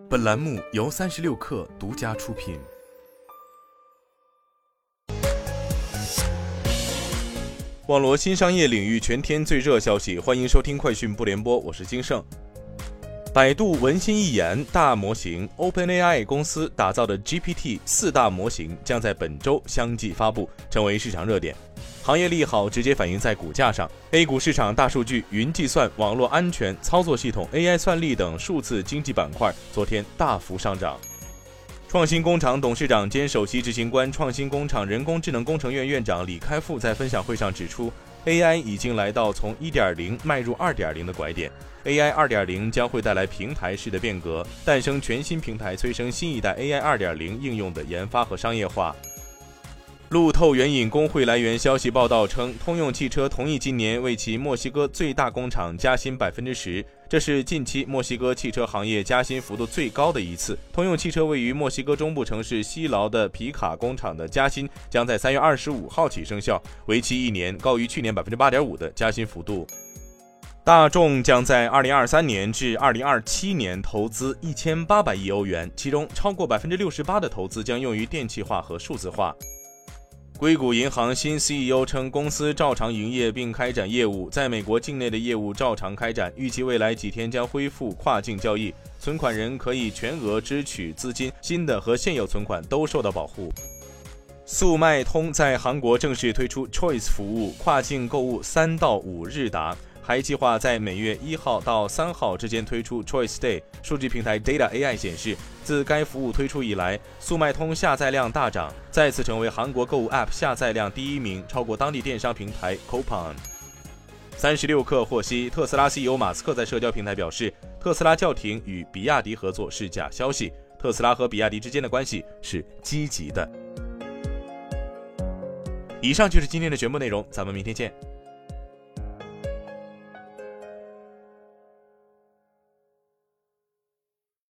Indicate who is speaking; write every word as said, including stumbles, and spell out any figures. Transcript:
Speaker 1: 本栏目由三十六氪独家出品。网罗新商业领域全天最热消息，欢迎收听快讯不联播，我是金盛。百度文心一言大模型 OpenAI 公司打造的 G P T 四大模型将在本周相继发布，成为市场热点。行业利好直接反映在股价上 ，A 股市场大数据、云计算、网络安全、操作系统、A I 算力等数字经济板块昨天大幅上涨。创新工厂董事长兼首席执行官、创新工厂人工智能工程院院长李开复在分享会上指出 ，A I 已经来到从 一点零 迈入 二点零 的拐点。A I 二点零 将会带来平台式的变革，诞生全新平台，催生新一代 A I 二点零 应用的研发和商业化。路透援引工会来源消息报道称，通用汽车同意今年为其墨西哥最大工厂加薪 百分之十， 这是近期墨西哥汽车行业加薪幅度最高的一次。通用汽车位于墨西哥中部城市西劳的皮卡工厂的加薪将在三月二十五号起生效，为期一年，高于去年 百分之八点五 的加薪幅度。大众将在二零二三年至二零二七年投资一千八百亿欧元，其中超过 百分之六十八 的投资将用于电气化和数字化。硅谷银行新 C E O 称，公司照常营业并开展业务，在美国境内的业务照常开展，预计未来几天将恢复跨境交易，存款人可以全额支取资金，新的和现有存款都受到保护。速卖通在韩国正式推出 Choice 服务，跨境购物三到五日达，还计划在每月一号到三号之间推出 Choice Day。 数据平台 Data A I 显示，自该服务推出以来，速卖通下载量大涨，再次成为韩国购物 App 下载量第一名，超过当地电商平台 Coupang。 三十六氪获悉，特斯拉 C E O 马斯克在社交平台表示，特斯拉叫停与比亚迪合作是假消息，特斯拉和比亚迪之间的关系是积极的。以上就是今天的全部内容，咱们明天见。